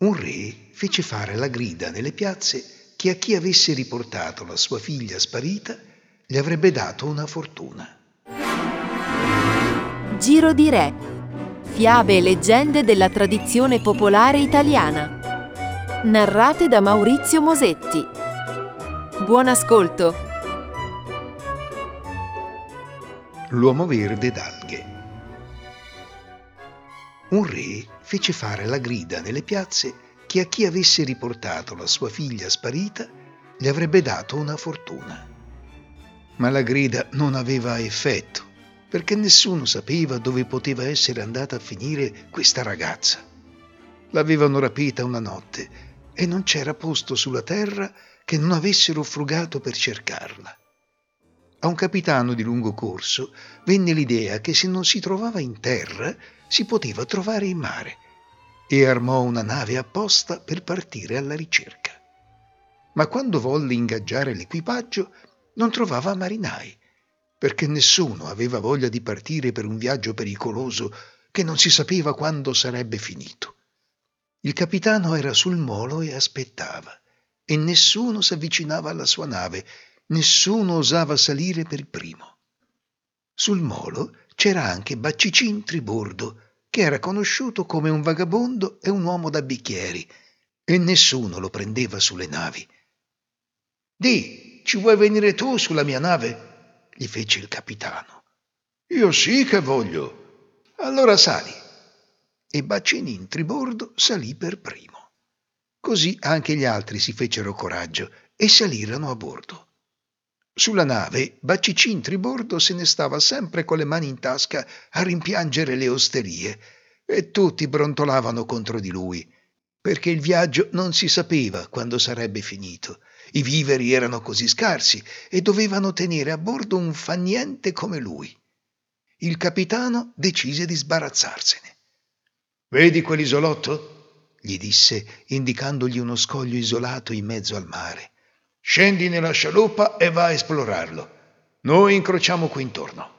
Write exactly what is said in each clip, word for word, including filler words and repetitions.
Un re fece fare la grida nelle piazze che a chi avesse riportato la sua figlia sparita gli avrebbe dato una fortuna. Giro di Re. Fiabe e leggende della tradizione popolare italiana. Narrate da Maurizio Mosetti. Buon ascolto. L'uomo verde d'alghe. Un re fece fare la grida nelle piazze che a chi avesse riportato la sua figlia sparita gli avrebbe dato una fortuna. Ma la grida non aveva effetto, perché nessuno sapeva dove poteva essere andata a finire questa ragazza. L'avevano rapita una notte e non c'era posto sulla terra che non avessero frugato per cercarla. A un capitano di lungo corso venne l'idea che se non si trovava in terra si poteva trovare in mare e armò una nave apposta per partire alla ricerca. Ma quando volle ingaggiare l'equipaggio non trovava marinai, perché nessuno aveva voglia di partire per un viaggio pericoloso che non si sapeva quando sarebbe finito. Il capitano era sul molo e aspettava, e nessuno s'avvicinava alla sua nave, nessuno osava salire per primo. Sul molo c'era anche Baccicin Tribordo, che era conosciuto come un vagabondo e un uomo da bicchieri, e nessuno lo prendeva sulle navi. «Di, ci vuoi venire tu sulla mia nave?» gli fece il capitano. «Io sì che voglio». «Allora sali». E Baccinin Tribordo salì per primo. Così anche gli altri si fecero coraggio e salirono a bordo. Sulla nave Baccicin Tribordo se ne stava sempre con le mani in tasca a rimpiangere le osterie e tutti brontolavano contro di lui, perché il viaggio non si sapeva quando sarebbe finito. I viveri erano così scarsi e dovevano tenere a bordo un faniente come lui. Il capitano decise di sbarazzarsene. «Vedi quell'isolotto?» gli disse, indicandogli uno scoglio isolato in mezzo al mare. «Scendi nella scialuppa e va a esplorarlo. Noi incrociamo qui intorno».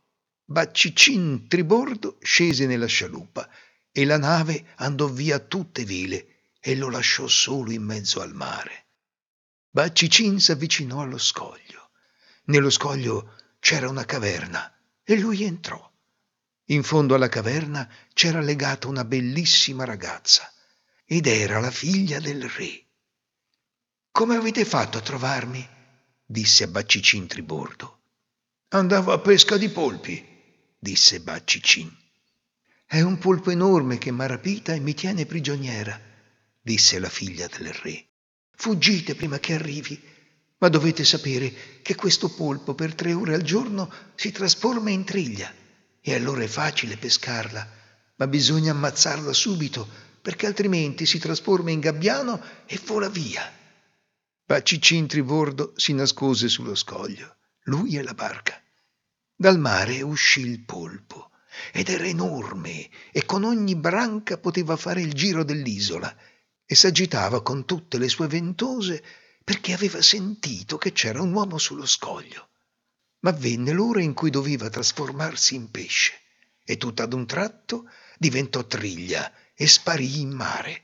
Baccicin Tribordo scese nella scialuppa e la nave andò via a tutte vele e lo lasciò solo in mezzo al mare. Baccicin s'avvicinò allo scoglio. Nello scoglio c'era una caverna e lui entrò. In fondo alla caverna c'era legata una bellissima ragazza ed era la figlia del re. «Come avete fatto a trovarmi?» disse a Baccicin Tribordo. «Andavo a pesca di polpi», disse Baccicin. «È un polpo enorme che m'ha rapita e mi tiene prigioniera», disse la figlia del re. «Fuggite prima che arrivi, ma dovete sapere che questo polpo per tre ore al giorno si trasforma in triglia e allora è facile pescarla, ma bisogna ammazzarla subito perché altrimenti si trasforma in gabbiano e vola via». Baccicin Tribordo si nascose sullo scoglio, lui e la barca. Dal mare uscì il polpo ed era enorme e con ogni branca poteva fare il giro dell'isola e s'agitava con tutte le sue ventose perché aveva sentito che c'era un uomo sullo scoglio. Ma venne l'ora in cui doveva trasformarsi in pesce e tutto ad un tratto diventò triglia e sparì in mare.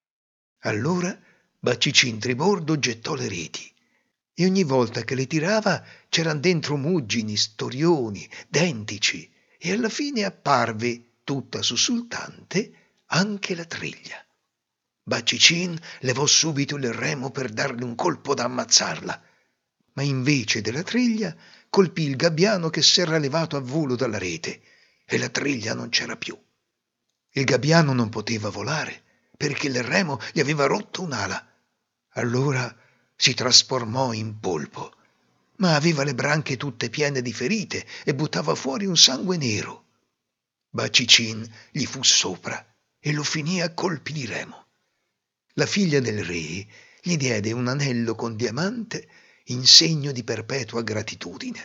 Allora Baccicin Tribordo gettò le reti e ogni volta che le tirava c'eran dentro muggini, storioni, dentici e alla fine apparve, tutta sussultante, anche la triglia. Baccicin levò subito il remo per darle un colpo da ammazzarla, ma invece della triglia colpì il gabbiano che s'era levato a volo dalla rete e la triglia non c'era più. Il gabbiano non poteva volare perché il remo gli aveva rotto un'ala. Allora si trasformò in polpo, ma aveva le branche tutte piene di ferite e buttava fuori un sangue nero. Baccicin gli fu sopra e lo finì a colpi di remo. La figlia del re gli diede un anello con diamante in segno di perpetua gratitudine.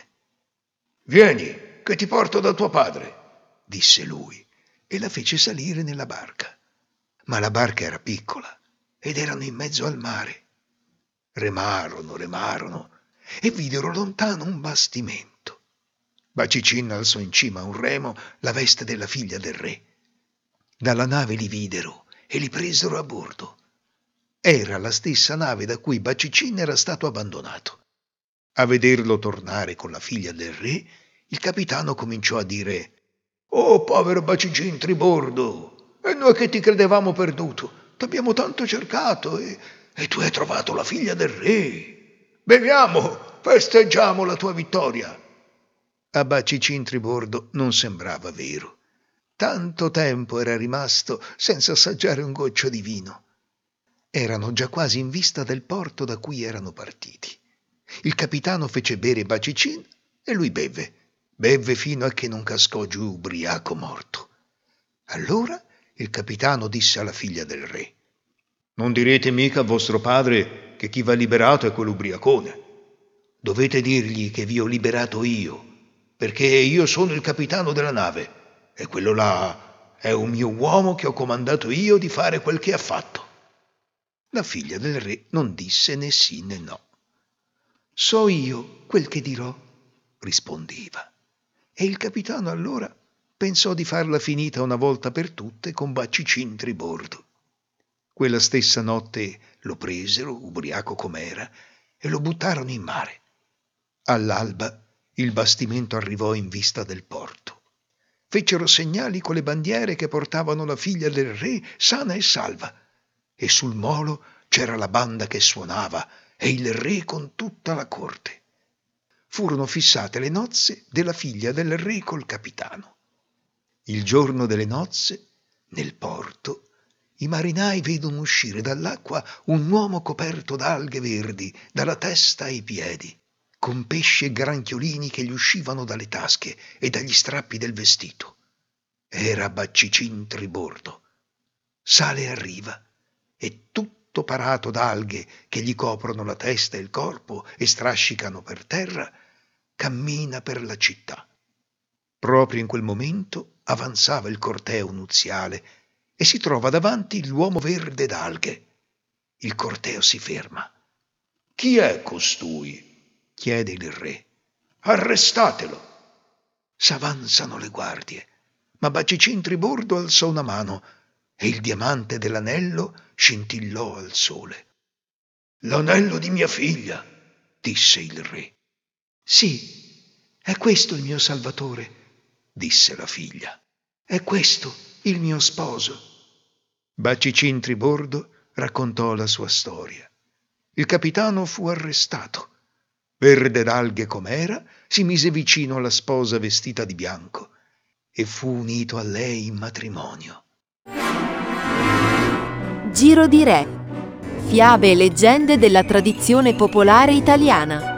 «Vieni, che ti porto da tuo padre», disse lui, e la fece salire nella barca. Ma la barca era piccola ed erano in mezzo al mare. Remarono, remarono e videro lontano un bastimento. Baccicin alzò in cima a un remo la veste della figlia del re. Dalla nave li videro e li presero a bordo. Era la stessa nave da cui Bacicin era stato abbandonato. A vederlo tornare con la figlia del re, il capitano cominciò a dire: «Oh, povero Bacicin tribordo, e noi che ti credevamo perduto, t'abbiamo tanto cercato e, e tu hai trovato la figlia del re. Beviamo, festeggiamo la tua vittoria!» A Bacicin tribordo non sembrava vero. Tanto tempo era rimasto senza assaggiare un goccio di vino. Erano già quasi in vista del porto da cui erano partiti. Il capitano fece bere Bacicin e lui beve. Bevve fino a che non cascò giù ubriaco morto. Allora il capitano disse alla figlia del re: «Non direte mica a vostro padre che chi va liberato è quell'ubriacone. Dovete dirgli che vi ho liberato io, perché io sono il capitano della nave e quello là è un mio uomo che ho comandato io di fare quel che ha fatto». La figlia del re non disse né sì né no. «So io quel che dirò», rispondeva. E il capitano allora pensò di farla finita una volta per tutte con Bacicin tribordo. Quella stessa notte lo presero, ubriaco com'era, e lo buttarono in mare. All'alba il bastimento arrivò in vista del porto. Fecero segnali con le bandiere che portavano la figlia del re sana e salva, e sul molo c'era la banda che suonava e il re con tutta la corte. Furono fissate le nozze della figlia del re col capitano. Il giorno delle nozze, nel porto, i marinai vedono uscire dall'acqua un uomo coperto d'alghe verdi dalla testa ai piedi, con pesci e granchiolini che gli uscivano dalle tasche e dagli strappi del vestito. Era Bacicin tribordo. Sale a riva e tutto parato d'alghe che gli coprono la testa e il corpo e strascicano per terra, cammina per la città. Proprio in quel momento avanzava il corteo nuziale e si trova davanti l'uomo verde d'alghe. Il corteo si ferma. «Chi è costui?» chiede il re. «Arrestatelo!» S'avanzano le guardie, ma Bacicin tribordo alzò una mano e il diamante dell'anello scintillò al sole. «L'anello di mia figlia», disse il re. «Sì, è questo il mio salvatore», disse la figlia. «È questo il mio sposo». Bacicin tribordo raccontò la sua storia. Il capitano fu arrestato. Verde d'alghe com'era, si mise vicino alla sposa vestita di bianco e fu unito a lei in matrimonio. Giro di Re. Fiabe e leggende della tradizione popolare italiana.